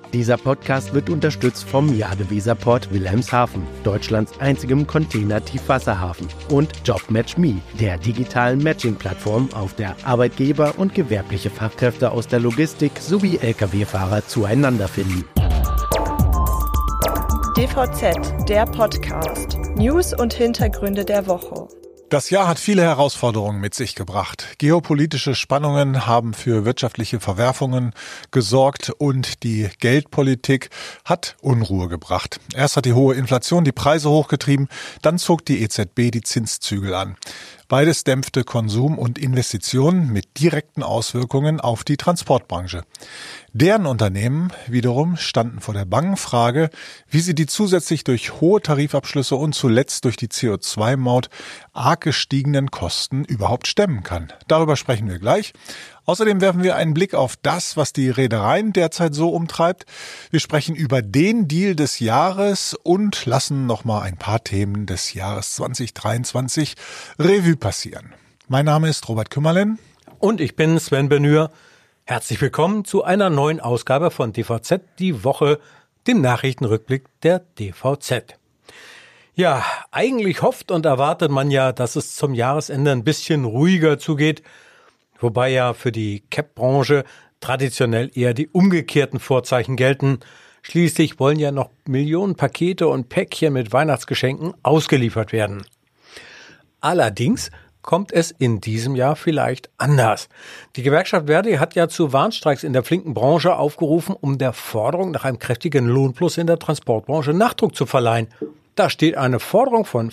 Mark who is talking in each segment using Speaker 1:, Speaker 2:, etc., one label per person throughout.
Speaker 1: Dieser Podcast wird unterstützt vom Jadeweserport Wilhelmshaven, Deutschlands einzigem Container-Tiefwasserhafen, und JobMatchMe, der digitalen Matching-Plattform, auf der Arbeitgeber und gewerbliche Fachkräfte aus der Logistik sowie Lkw-Fahrer zueinander finden.
Speaker 2: DVZ, der Podcast. News und Hintergründe der Woche.
Speaker 3: Das Jahr hat viele Herausforderungen mit sich gebracht. Geopolitische Spannungen haben für wirtschaftliche Verwerfungen gesorgt und die Geldpolitik hat Unruhe gebracht. Erst hat die hohe Inflation die Preise hochgetrieben, dann zog die EZB die Zinszügel an. Beides dämpfte Konsum und Investitionen mit direkten Auswirkungen auf die Transportbranche. Deren Unternehmen wiederum standen vor der bangen Frage, wie sie die zusätzlich durch hohe Tarifabschlüsse und zuletzt durch die CO2-Maut arg gestiegenen Kosten überhaupt stemmen kann. Darüber sprechen wir gleich. Außerdem werfen wir einen Blick auf das, was die Reedereien derzeit so umtreibt. Wir sprechen über den Deal des Jahres und lassen nochmal ein paar Themen des Jahres 2023 Revue passieren. Mein Name ist Robert Kümmerlen.
Speaker 4: Und ich bin Sven Benür. Herzlich willkommen zu einer neuen Ausgabe von DVZ, die Woche, dem Nachrichtenrückblick der DVZ. Ja, eigentlich hofft und erwartet man ja, dass es zum Jahresende ein bisschen ruhiger zugeht, wobei ja für die CAP-Branche traditionell eher die umgekehrten Vorzeichen gelten. Schließlich wollen ja noch Millionen Pakete und Päckchen mit Weihnachtsgeschenken ausgeliefert werden. Allerdings kommt es in diesem Jahr vielleicht anders. Die Gewerkschaft Verdi hat ja zu Warnstreiks in der flinken Branche aufgerufen, um der Forderung nach einem kräftigen Lohnplus in der Transportbranche Nachdruck zu verleihen. Da steht eine Forderung von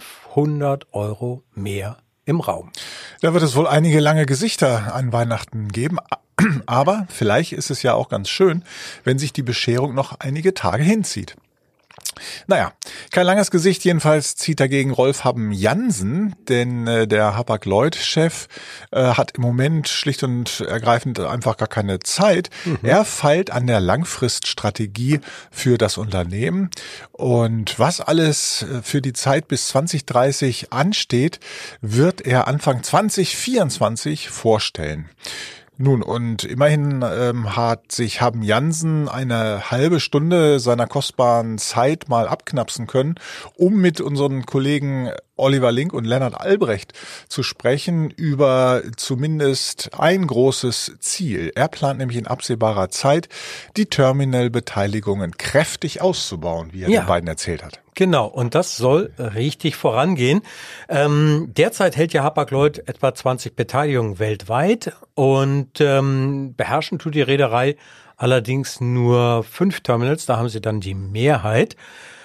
Speaker 4: 500 € mehr im Raum.
Speaker 3: Da wird es wohl einige lange Gesichter an Weihnachten geben. Aber vielleicht ist es ja auch ganz schön, wenn sich die Bescherung noch einige Tage hinzieht. Naja, kein langes Gesicht jedenfalls zieht dagegen Rolf Haben-Jansen, denn der Hapag-Lloyd-Chef hat im Moment schlicht und ergreifend einfach gar keine Zeit. Er feilt an der Langfriststrategie für das Unternehmen und was alles für die Zeit bis 2030 ansteht, wird er Anfang 2024 vorstellen. Nun, und immerhin hat sich Haben-Jansen eine halbe Stunde seiner kostbaren Zeit mal abknapsen können, um mit unseren Kollegen Oliver Link und Lennart Albrecht zu sprechen über zumindest ein großes Ziel. Er plant nämlich in absehbarer Zeit, die Terminal-Beteiligungen kräftig auszubauen, wie er den beiden erzählt hat.
Speaker 4: Genau, und das soll richtig vorangehen. Derzeit hält ja Hapag-Lloyd etwa 20 Beteiligungen weltweit und beherrschen tut die Reederei allerdings nur 5 Terminals, da haben sie dann die Mehrheit.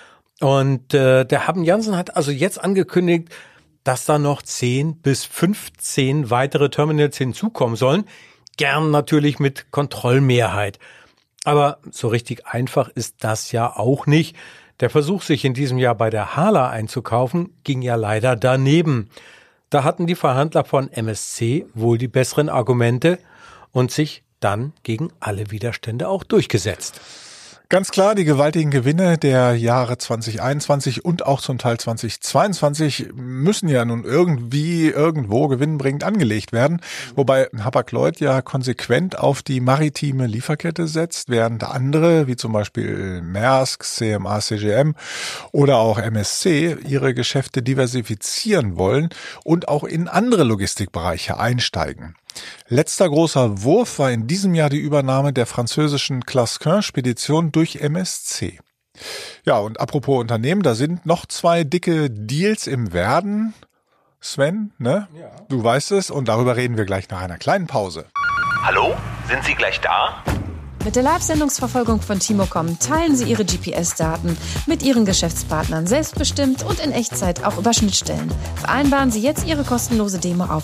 Speaker 4: Und der Haben-Jansen hat also jetzt angekündigt, dass da noch 10 bis 15 weitere Terminals hinzukommen sollen. Gern natürlich mit Kontrollmehrheit. Aber so richtig einfach ist das ja auch nicht. Der Versuch, sich in diesem Jahr bei der HHLA einzukaufen, ging ja leider daneben. Da hatten die Verhandler von MSC wohl die besseren Argumente und sich dann gegen alle Widerstände auch durchgesetzt.
Speaker 3: Ganz klar, die gewaltigen Gewinne der Jahre 2021 und auch zum Teil 2022 müssen ja nun irgendwo gewinnbringend angelegt werden, wobei Hapag-Lloyd ja konsequent auf die maritime Lieferkette setzt, während andere, wie zum Beispiel Maersk, CMA CGM oder auch MSC, ihre Geschäfte diversifizieren wollen und auch in andere Logistikbereiche einsteigen. Letzter großer Wurf war in diesem Jahr die Übernahme der französischen Clasquin-Spedition durch MSC. Ja, und apropos Unternehmen, da sind noch 2 dicke Deals im Werden. Sven, ne? Ja. Du weißt es und darüber reden wir gleich nach einer kleinen Pause.
Speaker 5: Hallo? Sind Sie gleich da?
Speaker 6: Mit der Live-Sendungsverfolgung von Timocom teilen Sie Ihre GPS-Daten mit Ihren Geschäftspartnern selbstbestimmt und in Echtzeit auch über Schnittstellen. Vereinbaren Sie jetzt Ihre kostenlose Demo auf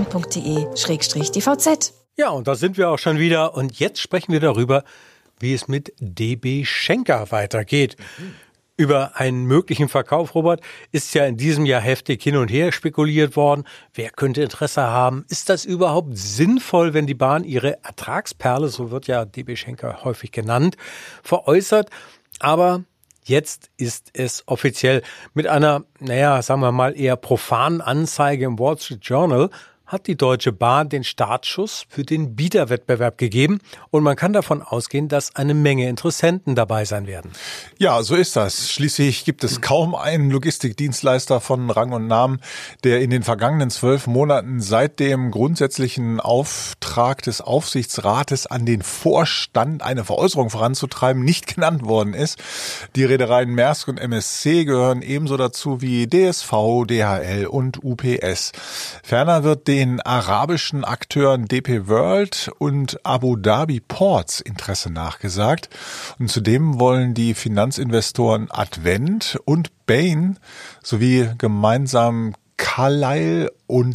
Speaker 6: timocom.de/dvz.
Speaker 4: Ja, und da sind wir auch schon wieder. Und jetzt sprechen wir darüber, wie es mit DB Schenker weitergeht. Über einen möglichen Verkauf, Robert, ist ja in diesem Jahr heftig hin und her spekuliert worden. Wer könnte Interesse haben? Ist das überhaupt sinnvoll, wenn die Bahn ihre Ertragsperle, so wird ja DB Schenker häufig genannt, veräußert? Aber jetzt ist es offiziell. Mit einer, sagen wir mal, eher profanen Anzeige im Wall Street Journal hat die Deutsche Bahn den Startschuss für den Bieterwettbewerb gegeben und man kann davon ausgehen, dass eine Menge Interessenten dabei sein werden.
Speaker 3: Ja, so ist das. Schließlich gibt es kaum einen Logistikdienstleister von Rang und Namen, der in den vergangenen 12 Monaten seit dem grundsätzlichen Auftrag des Aufsichtsrates an den Vorstand, eine Veräußerung voranzutreiben, nicht genannt worden ist. Die Reedereien Maersk und MSC gehören ebenso dazu wie DSV, DHL und UPS. Ferner wird den arabischen Akteuren DP World und Abu Dhabi Ports Interesse nachgesagt. Und zudem wollen die Finanzinvestoren Advent und Bain sowie gemeinsam Carlyle und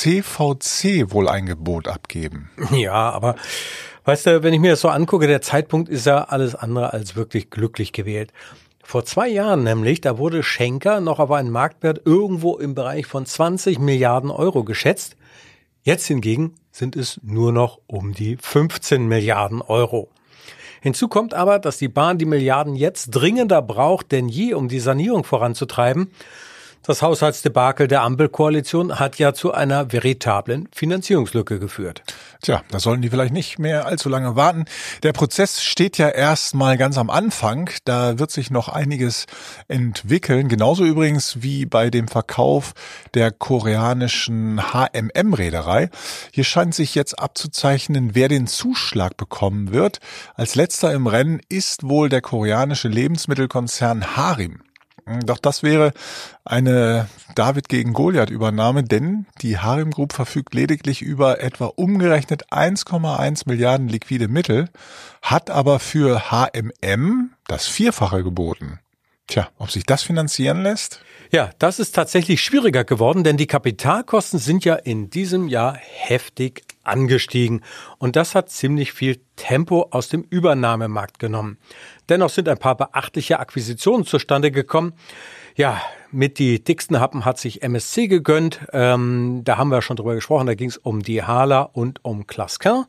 Speaker 3: CVC wohl ein Gebot abgeben.
Speaker 4: Ja, aber weißt du, wenn ich mir das so angucke, der Zeitpunkt ist ja alles andere als wirklich glücklich gewählt. Vor 2 Jahren nämlich, da wurde Schenker noch auf einen Marktwert irgendwo im Bereich von 20 Milliarden Euro geschätzt. Jetzt hingegen sind es nur noch um die 15 Milliarden Euro. Hinzu kommt aber, dass die Bahn die Milliarden jetzt dringender braucht denn je, um die Sanierung voranzutreiben. Das Haushaltsdebakel der Ampelkoalition hat ja zu einer veritablen Finanzierungslücke geführt.
Speaker 3: Tja, da sollen die vielleicht nicht mehr allzu lange warten. Der Prozess steht ja erst mal ganz am Anfang. Da wird sich noch einiges entwickeln. Genauso übrigens wie bei dem Verkauf der koreanischen HMM-Reederei. Hier scheint sich jetzt abzuzeichnen, wer den Zuschlag bekommen wird. Als letzter im Rennen ist wohl der koreanische Lebensmittelkonzern Harim. Doch das wäre eine David gegen Goliath-Übernahme, denn die Harim Group verfügt lediglich über etwa umgerechnet 1,1 Milliarden liquide Mittel, hat aber für HMM das Vierfache geboten. Tja, ob sich das finanzieren lässt?
Speaker 4: Ja, das ist tatsächlich schwieriger geworden, denn die Kapitalkosten sind ja in diesem Jahr heftig angestiegen. Und das hat ziemlich viel Tempo aus dem Übernahmemarkt genommen. Dennoch sind ein paar beachtliche Akquisitionen zustande gekommen. Ja, mit die dicksten Happen hat sich MSC gegönnt. Da haben wir schon drüber gesprochen. Da ging es um die Hala und um Clasquin.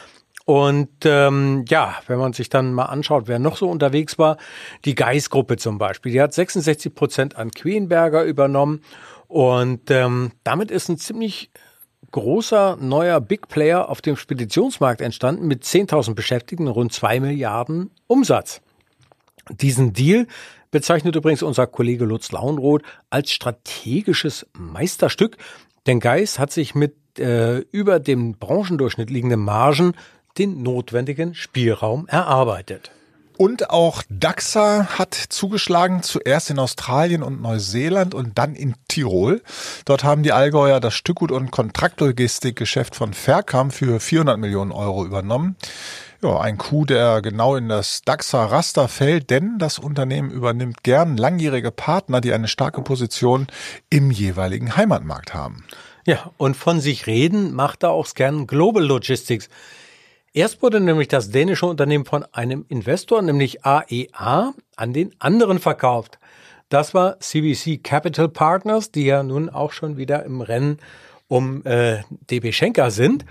Speaker 4: Und wenn man sich dann mal anschaut, wer noch so unterwegs war, die Geis-Gruppe zum Beispiel, die hat 66% an Queenberger übernommen und damit ist ein ziemlich großer neuer Big Player auf dem Speditionsmarkt entstanden mit 10.000 Beschäftigten und rund 2 Milliarden Umsatz. Diesen Deal bezeichnet übrigens unser Kollege Lutz Launroth als strategisches Meisterstück, denn Geis hat sich mit über dem Branchendurchschnitt liegenden Margen den notwendigen Spielraum erarbeitet.
Speaker 3: Und auch DAXA hat zugeschlagen, zuerst in Australien und Neuseeland und dann in Tirol. Dort haben die Allgäuer das Stückgut- und Kontraktlogistikgeschäft von Vercam für 400 Millionen Euro übernommen. Ja, ein Coup, der genau in das DAXA-Raster fällt, denn das Unternehmen übernimmt gern langjährige Partner, die eine starke Position im jeweiligen Heimatmarkt haben.
Speaker 4: Ja, und von sich reden macht da auch Scan Global Logistics. Erst wurde nämlich das dänische Unternehmen von einem Investor, nämlich AEA, an den anderen verkauft. Das war CVC Capital Partners, die ja nun auch schon wieder im Rennen um DB Schenker sind.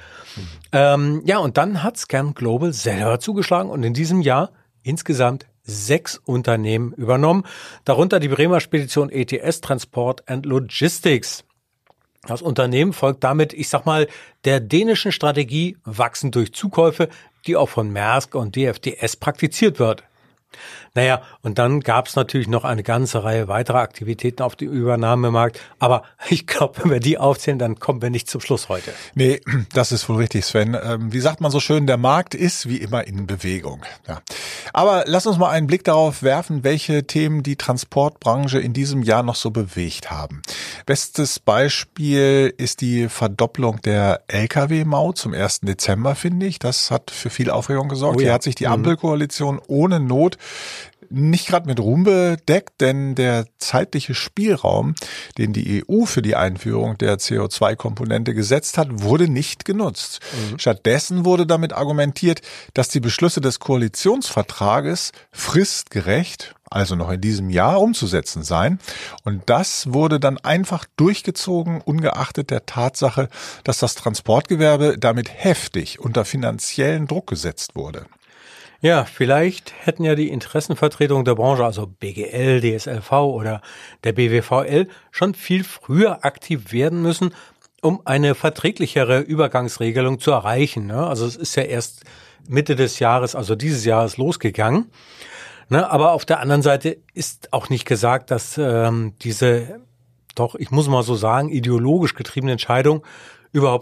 Speaker 4: Und dann hat Scan Global selber zugeschlagen und in diesem Jahr insgesamt 6 Unternehmen übernommen, darunter die Bremer Spedition ETS Transport and Logistics. Das Unternehmen folgt damit, der dänischen Strategie wachsen durch Zukäufe, die auch von Maersk und DFDS praktiziert wird. Naja, und dann gab es natürlich noch eine ganze Reihe weiterer Aktivitäten auf dem Übernahmemarkt. Aber ich glaube, wenn wir die aufzählen, dann kommen wir nicht zum Schluss heute.
Speaker 3: Nee, das ist wohl richtig, Sven. Wie sagt man so schön, der Markt ist wie immer in Bewegung. Ja. Aber lass uns mal einen Blick darauf werfen, welche Themen die Transportbranche in diesem Jahr noch so bewegt haben. Bestes Beispiel ist die Verdopplung der Lkw-Maut zum 1. Dezember, finde ich. Das hat für viel Aufregung gesorgt.
Speaker 4: Oh ja.
Speaker 3: Hier hat sich die Ampelkoalition ohne Not nicht gerade mit Ruhm bedeckt, denn der zeitliche Spielraum, den die EU für die Einführung der CO2-Komponente gesetzt hat, wurde nicht genutzt. Stattdessen wurde damit argumentiert, dass die Beschlüsse des Koalitionsvertrages fristgerecht, also noch in diesem Jahr, umzusetzen seien. Und das wurde dann einfach durchgezogen, ungeachtet der Tatsache, dass das Transportgewerbe damit heftig unter finanziellen Druck gesetzt wurde.
Speaker 4: Ja, vielleicht hätten ja die Interessenvertretungen der Branche, also BGL, DSLV oder der BWVL, schon viel früher aktiv werden müssen, um eine verträglichere Übergangsregelung zu erreichen. Ne? Also es ist ja erst Mitte des Jahres, also dieses Jahres losgegangen. Ne? Aber auf der anderen Seite ist auch nicht gesagt, dass diese, doch, ich muss mal so sagen, ideologisch getriebene Entscheidung überhaupt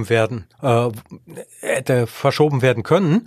Speaker 4: hätte verschoben werden können,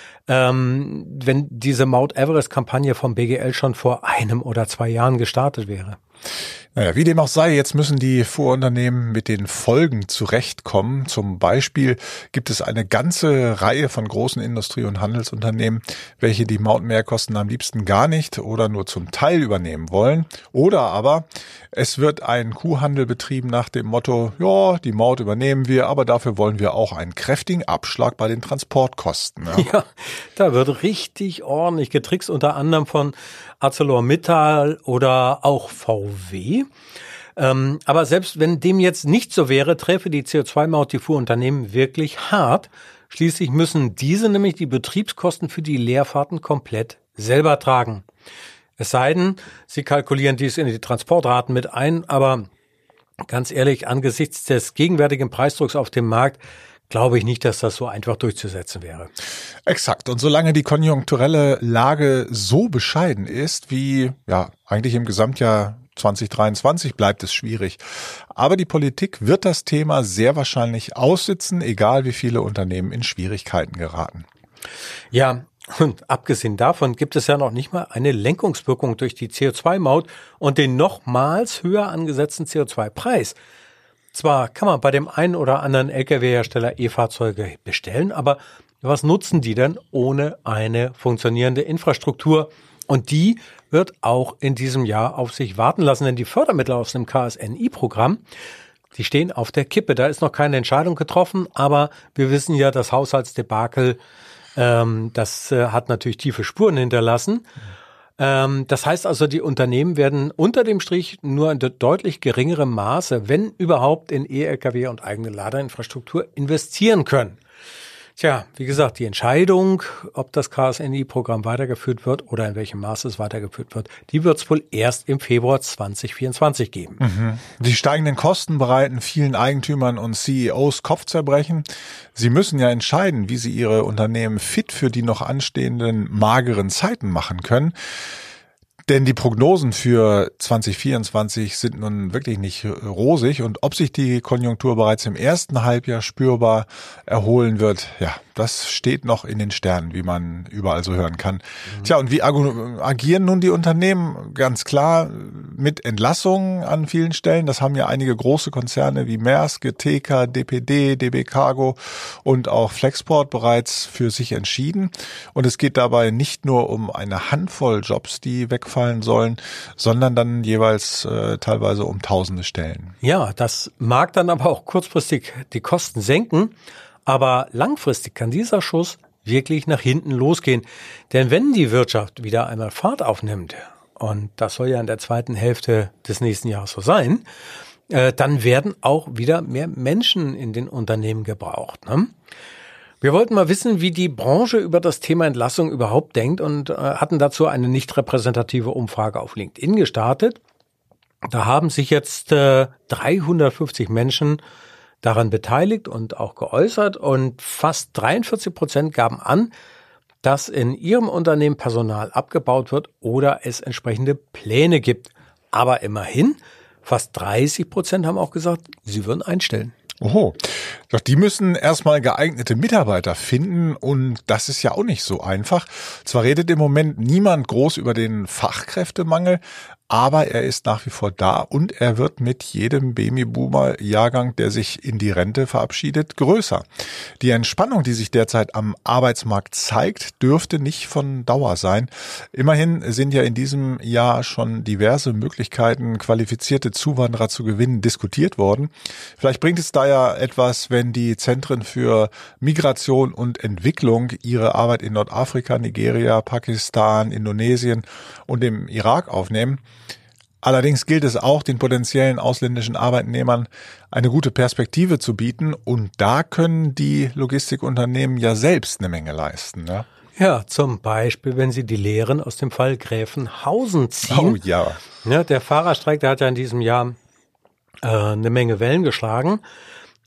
Speaker 4: wenn diese Mount Everest-Kampagne vom BGL schon vor 1 oder 2 Jahren gestartet wäre.
Speaker 3: Naja, wie dem auch sei, jetzt müssen die Fuhrunternehmen mit den Folgen zurechtkommen. Zum Beispiel gibt es eine ganze Reihe von großen Industrie- und Handelsunternehmen, welche die Mautmehrkosten am liebsten gar nicht oder nur zum Teil übernehmen wollen. Oder aber es wird ein Kuhhandel betrieben nach dem Motto, ja, die Maut übernehmen wir, aber dafür wollen wir auch einen kräftigen Abschlag bei den Transportkosten. Ja,
Speaker 4: ja, da wird richtig ordentlich getrickst, unter anderem von ArcelorMittal oder auch VW. Aber selbst wenn dem jetzt nicht so wäre, träfe die CO2-Maut die Fuhrunternehmen wirklich hart. Schließlich müssen diese nämlich die Betriebskosten für die Leerfahrten komplett selber tragen. Es sei denn, sie kalkulieren dies in die Transportraten mit ein, aber ganz ehrlich, angesichts des gegenwärtigen Preisdrucks auf dem Markt glaube ich nicht, dass das so einfach durchzusetzen wäre.
Speaker 3: Exakt. Und solange die konjunkturelle Lage so bescheiden ist, wie ja eigentlich im Gesamtjahr 2023, bleibt es schwierig. Aber die Politik wird das Thema sehr wahrscheinlich aussitzen, egal wie viele Unternehmen in Schwierigkeiten geraten.
Speaker 4: Ja, und abgesehen davon gibt es ja noch nicht mal eine Lenkungswirkung durch die CO2-Maut und den nochmals höher angesetzten CO2-Preis. Zwar kann man bei dem einen oder anderen Lkw-Hersteller E-Fahrzeuge bestellen, aber was nutzen die denn ohne eine funktionierende Infrastruktur? Und die wird auch in diesem Jahr auf sich warten lassen, denn die Fördermittel aus dem KSNI-Programm, die stehen auf der Kippe. Da ist noch keine Entscheidung getroffen, aber wir wissen ja, das Haushaltsdebakel, das hat natürlich tiefe Spuren hinterlassen. Das heißt also, die Unternehmen werden unter dem Strich nur in deutlich geringerem Maße, wenn überhaupt, in E-Lkw und eigene Ladeinfrastruktur investieren können. Tja, wie gesagt, die Entscheidung, ob das KSNI-Programm weitergeführt wird oder in welchem Maße es weitergeführt wird, die wird es wohl erst im Februar 2024 geben.
Speaker 3: Die steigenden Kosten bereiten vielen Eigentümern und CEOs Kopfzerbrechen. Sie müssen ja entscheiden, wie sie ihre Unternehmen fit für die noch anstehenden mageren Zeiten machen können. Denn die Prognosen für 2024 sind nun wirklich nicht rosig und ob sich die Konjunktur bereits im ersten Halbjahr spürbar erholen wird, ja, das steht noch in den Sternen, wie man überall so hören kann. Tja, und wie agieren nun die Unternehmen? Ganz klar mit Entlassungen an vielen Stellen. Das haben ja einige große Konzerne wie Maersk, TK, DPD, DB Cargo und auch Flexport bereits für sich entschieden. Und es geht dabei nicht nur um eine Handvoll Jobs, die wegfallen sollen, sondern dann jeweils teilweise um tausende Stellen.
Speaker 4: Ja, das mag dann aber auch kurzfristig die Kosten senken, aber langfristig kann dieser Schuss wirklich nach hinten losgehen. Denn wenn die Wirtschaft wieder einmal Fahrt aufnimmt, und das soll ja in der zweiten Hälfte des nächsten Jahres so sein, dann werden auch wieder mehr Menschen in den Unternehmen gebraucht, ne? Wir wollten mal wissen, wie die Branche über das Thema Entlassung überhaupt denkt und hatten dazu eine nicht repräsentative Umfrage auf LinkedIn gestartet. Da haben sich jetzt 350 Menschen daran beteiligt und auch geäußert und fast 43% gaben an, dass in ihrem Unternehmen Personal abgebaut wird oder es entsprechende Pläne gibt. Aber immerhin, fast 30% haben auch gesagt, sie würden einstellen.
Speaker 3: Oho, doch die müssen erstmal geeignete Mitarbeiter finden und das ist ja auch nicht so einfach. Zwar redet im Moment niemand groß über den Fachkräftemangel, aber er ist nach wie vor da und er wird mit jedem Babyboomer-Jahrgang, der sich in die Rente verabschiedet, größer. Die Entspannung, die sich derzeit am Arbeitsmarkt zeigt, dürfte nicht von Dauer sein. Immerhin sind ja in diesem Jahr schon diverse Möglichkeiten, qualifizierte Zuwanderer zu gewinnen, diskutiert worden. Vielleicht bringt es da ja etwas, wenn die Zentren für Migration und Entwicklung ihre Arbeit in Nordafrika, Nigeria, Pakistan, Indonesien und im Irak aufnehmen. Allerdings gilt es auch, den potenziellen ausländischen Arbeitnehmern eine gute Perspektive zu bieten und da können die Logistikunternehmen ja selbst eine Menge leisten, ne?
Speaker 4: Ja, zum Beispiel, wenn sie die Lehren aus dem Fall Gräfenhausen ziehen.
Speaker 3: Oh ja.
Speaker 4: Ja, der Fahrerstreik, der hat ja in diesem Jahr eine Menge Wellen geschlagen.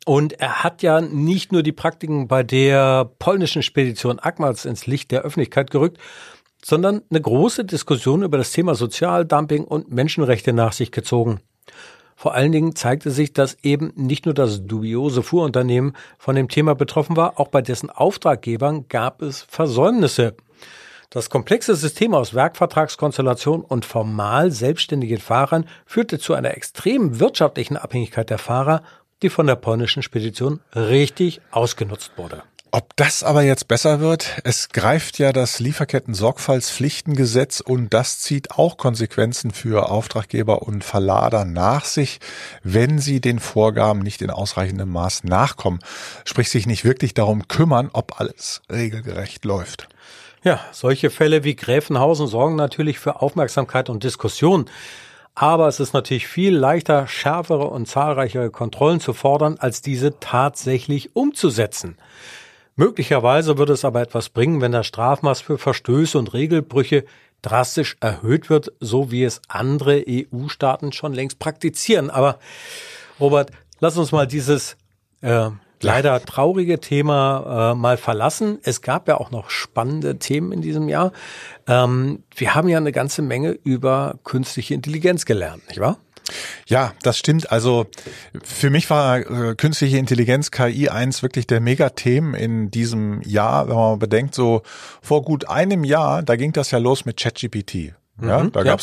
Speaker 4: Und er hat ja nicht nur die Praktiken bei der polnischen Spedition Agmarts ins Licht der Öffentlichkeit gerückt, sondern eine große Diskussion über das Thema Sozialdumping und Menschenrechte nach sich gezogen. Vor allen Dingen zeigte sich, dass eben nicht nur das dubiose Fuhrunternehmen von dem Thema betroffen war, auch bei dessen Auftraggebern gab es Versäumnisse. Das komplexe System aus Werkvertragskonstellation und formal selbstständigen Fahrern führte zu einer extremen wirtschaftlichen Abhängigkeit der Fahrer, die von der polnischen Spedition richtig ausgenutzt wurde.
Speaker 3: Ob das aber jetzt besser wird? Es greift ja das Lieferketten-Sorgfaltspflichtengesetz und das zieht auch Konsequenzen für Auftraggeber und Verlader nach sich, wenn sie den Vorgaben nicht in ausreichendem Maß nachkommen, sprich sich nicht wirklich darum kümmern, ob alles regelgerecht läuft.
Speaker 4: Ja, solche Fälle wie Gräfenhausen sorgen natürlich für Aufmerksamkeit und Diskussion. Aber es ist natürlich viel leichter, schärfere und zahlreichere Kontrollen zu fordern, als diese tatsächlich umzusetzen. Möglicherweise würde es aber etwas bringen, wenn das Strafmaß für Verstöße und Regelbrüche drastisch erhöht wird, so wie es andere EU-Staaten schon längst praktizieren. Aber Robert, lass uns mal dieses leider traurige Thema mal verlassen. Es gab ja auch noch spannende Themen in diesem Jahr. Wir haben ja eine ganze Menge über künstliche Intelligenz gelernt, nicht wahr?
Speaker 3: Ja, das stimmt. Also für mich war künstliche Intelligenz, KI, eins wirklich der Megathemen in diesem Jahr. Wenn man bedenkt, so vor gut einem Jahr, da ging das ja los mit ChatGPT. Ja, da gab's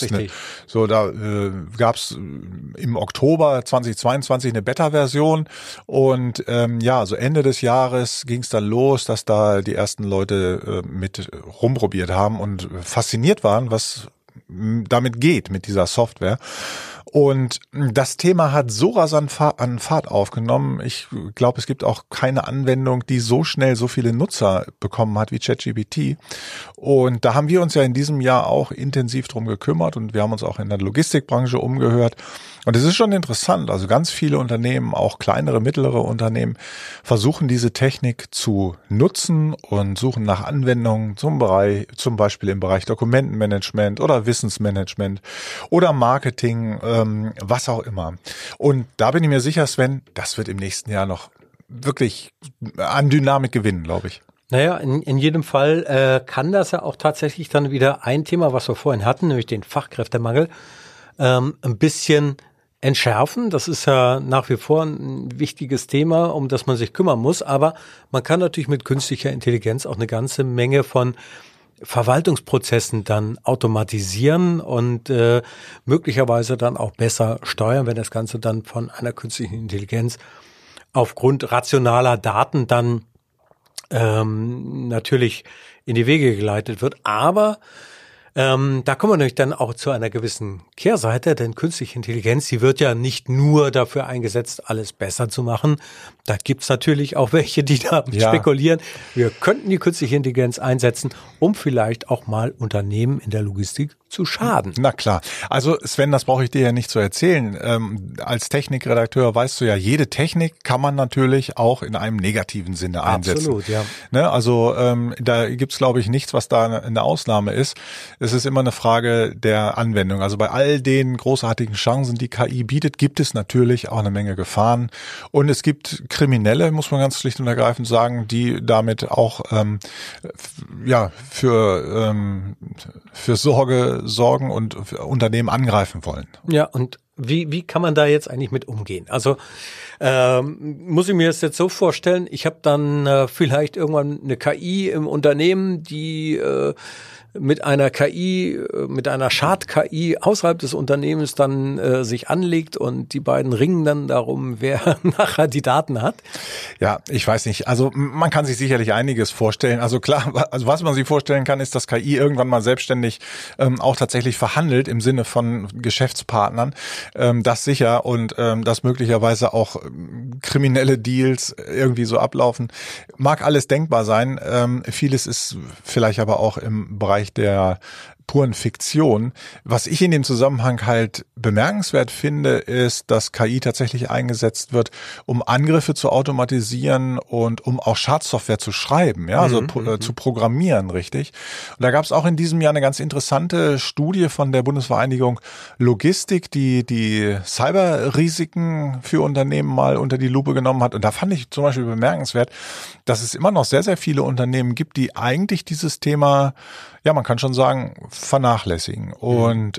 Speaker 3: gab's im Oktober 2022 eine Beta-Version und so Ende des Jahres ging es dann los, dass da die ersten Leute mit rumprobiert haben und fasziniert waren, was damit geht mit dieser Software. Und das Thema hat so rasant an Fahrt aufgenommen. Ich glaube, es gibt auch keine Anwendung, die so schnell so viele Nutzer bekommen hat wie ChatGPT. Und da haben wir uns ja in diesem Jahr auch intensiv drum gekümmert und wir haben uns auch in der Logistikbranche umgehört. Und es ist schon interessant. Also ganz viele Unternehmen, auch kleinere, mittlere Unternehmen, versuchen diese Technik zu nutzen und suchen nach Anwendungen zum Beispiel im Bereich Dokumentenmanagement oder Wissensmanagement oder Marketing, was auch immer. Und da bin ich mir sicher, Sven, das wird im nächsten Jahr noch wirklich an Dynamik gewinnen, glaube ich.
Speaker 4: Naja, in jedem Fall kann das ja auch tatsächlich dann wieder ein Thema, was wir vorhin hatten, nämlich den Fachkräftemangel, ein bisschen entschärfen. Das ist ja nach wie vor ein wichtiges Thema, um das man sich kümmern muss. Aber man kann natürlich mit künstlicher Intelligenz auch eine ganze Menge von Verwaltungsprozessen dann automatisieren und möglicherweise dann auch besser steuern, wenn das Ganze dann von einer künstlichen Intelligenz aufgrund rationaler Daten dann natürlich in die Wege geleitet wird. Aber da kommen wir nämlich dann auch zu einer gewissen Kehrseite, denn künstliche Intelligenz, die wird ja nicht nur dafür eingesetzt, alles besser zu machen. Da gibt's natürlich auch welche, die da spekulieren. Wir könnten die künstliche Intelligenz einsetzen, um vielleicht auch mal Unternehmen in der Logistik zu schaden.
Speaker 3: Na klar. Also Sven, das brauche ich dir ja nicht zu erzählen. Als Technikredakteur weißt du ja, jede Technik kann man natürlich auch in einem negativen Sinne einsetzen.
Speaker 4: Absolut, ja.
Speaker 3: Ne? Also da gibt's, glaube ich, nichts, was da eine Ausnahme ist. Es ist immer eine Frage der Anwendung. Also bei all den großartigen Chancen, die KI bietet, gibt es natürlich auch eine Menge Gefahren. Und es gibt Kriminelle, muss man ganz schlicht und ergreifend sagen, die damit auch für Sorgen und für Unternehmen angreifen wollen.
Speaker 4: Ja, und wie kann man da jetzt eigentlich mit umgehen? Also muss ich mir das jetzt so vorstellen, ich habe dann vielleicht irgendwann eine KI im Unternehmen, die mit einer KI, mit einer Schad-KI außerhalb des Unternehmens dann sich anlegt und die beiden ringen dann darum, wer nachher die Daten hat?
Speaker 3: Ja, ich weiß nicht. Also man kann sich sicherlich einiges vorstellen. Also klar, also was man sich vorstellen kann, ist, dass KI irgendwann mal selbstständig auch tatsächlich verhandelt im Sinne von Geschäftspartnern. Das sicher und dass möglicherweise auch kriminelle Deals irgendwie so ablaufen. Mag alles denkbar sein. Vieles ist vielleicht aber auch im Bereich der puren Fiktion. Was ich in dem Zusammenhang halt bemerkenswert finde, ist, dass KI tatsächlich eingesetzt wird, um Angriffe zu automatisieren und um auch Schadsoftware zu schreiben, ja, also zu programmieren, richtig. Und da gab es auch in diesem Jahr eine ganz interessante Studie von der Bundesvereinigung Logistik, die Cyberrisiken für Unternehmen mal unter die Lupe genommen hat. Und da fand ich zum Beispiel bemerkenswert, dass es immer noch sehr, sehr viele Unternehmen gibt, die eigentlich dieses Thema, ja, man kann schon sagen, vernachlässigen. Und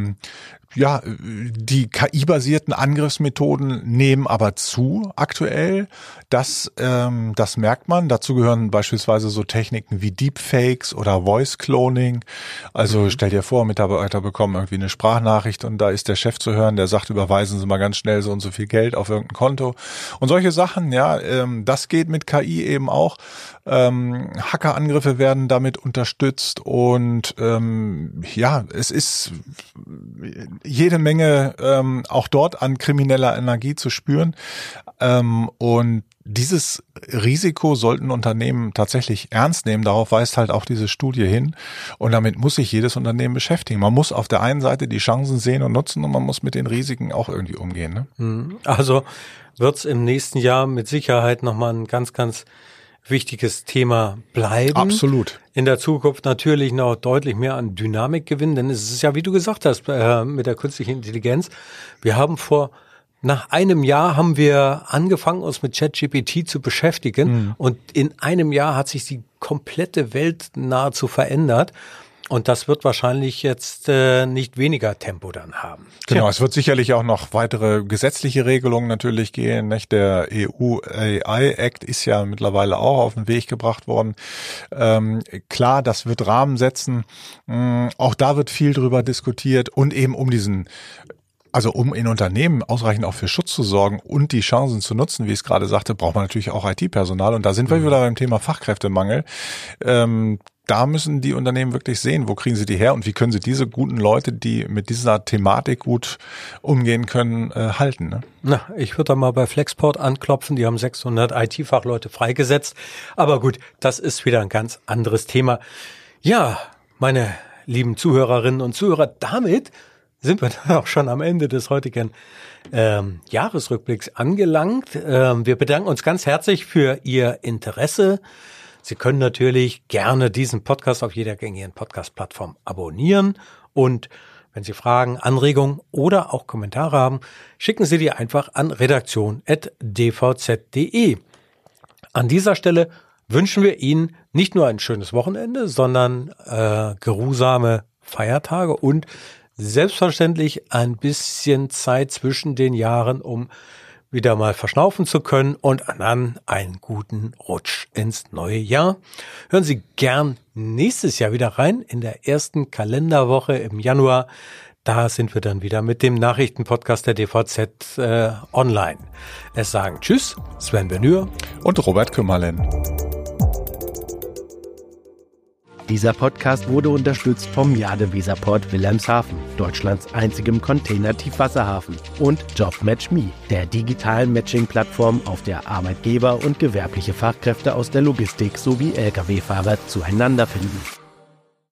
Speaker 3: die KI-basierten Angriffsmethoden nehmen aber zu aktuell. Das merkt man. Dazu gehören beispielsweise so Techniken wie Deepfakes oder Voice Cloning. Also stell dir vor, Mitarbeiter bekommen irgendwie eine Sprachnachricht und da ist der Chef zu hören, der sagt, überweisen Sie mal ganz schnell so und so viel Geld auf irgendein Konto. Und solche Sachen, ja, das geht mit KI eben auch. Hackerangriffe werden damit unterstützt und es ist jede Menge auch dort an krimineller Energie zu spüren. Und dieses Risiko sollten Unternehmen tatsächlich ernst nehmen. Darauf weist halt auch diese Studie hin. Und damit muss sich jedes Unternehmen beschäftigen. Man muss auf der einen Seite die Chancen sehen und nutzen und man muss mit den Risiken auch irgendwie umgehen. Ne?
Speaker 4: Also wird's im nächsten Jahr mit Sicherheit nochmal ein ganz, ganz wichtiges Thema bleiben.
Speaker 3: Absolut.
Speaker 4: In der Zukunft natürlich noch deutlich mehr an Dynamik gewinnen, denn es ist ja, wie du gesagt hast, mit der künstlichen Intelligenz. Nach einem Jahr haben wir angefangen, uns mit ChatGPT zu beschäftigen und in einem Jahr hat sich die komplette Welt nahezu verändert. Und das wird wahrscheinlich jetzt nicht weniger Tempo dann haben.
Speaker 3: Genau, es wird sicherlich auch noch weitere gesetzliche Regelungen natürlich gehen. Nicht? Der EU AI Act ist ja mittlerweile auch auf den Weg gebracht worden. Klar, das wird Rahmen setzen. Auch da wird viel drüber diskutiert und eben um in Unternehmen ausreichend auch für Schutz zu sorgen und die Chancen zu nutzen, wie ich es gerade sagte, braucht man natürlich auch IT-Personal. Und da sind wir wieder beim Thema Fachkräftemangel. Da müssen die Unternehmen wirklich sehen, wo kriegen sie die her und wie können sie diese guten Leute, die mit dieser Thematik gut umgehen können, halten. Ne?
Speaker 4: Na, ich würde da mal bei Flexport anklopfen. Die haben 600 IT-Fachleute freigesetzt. Aber gut, das ist wieder ein ganz anderes Thema. Ja, meine lieben Zuhörerinnen und Zuhörer, damit sind wir dann auch schon am Ende des heutigen Jahresrückblicks angelangt. Wir bedanken uns ganz herzlich für Ihr Interesse. Sie können natürlich gerne diesen Podcast auf jeder gängigen Podcast-Plattform abonnieren. Und wenn Sie Fragen, Anregungen oder auch Kommentare haben, schicken Sie die einfach an redaktion@dvz.de. An dieser Stelle wünschen wir Ihnen nicht nur ein schönes Wochenende, sondern geruhsame Feiertage und selbstverständlich ein bisschen Zeit zwischen den Jahren, um wieder mal verschnaufen zu können und dann einen guten Rutsch ins neue Jahr. Hören Sie gern nächstes Jahr wieder rein, in der ersten Kalenderwoche im Januar. Da sind wir dann wieder mit dem Nachrichtenpodcast der DVZ online. Es sagen Tschüss, Sven Benür
Speaker 3: und Robert Kümmerlen.
Speaker 1: Dieser Podcast wurde unterstützt vom Jadeweserport Wilhelmshaven, Deutschlands einzigem Container-Tiefwasserhafen, und JobMatchMe, der digitalen Matching-Plattform, auf der Arbeitgeber und gewerbliche Fachkräfte aus der Logistik sowie Lkw-Fahrer zueinander finden.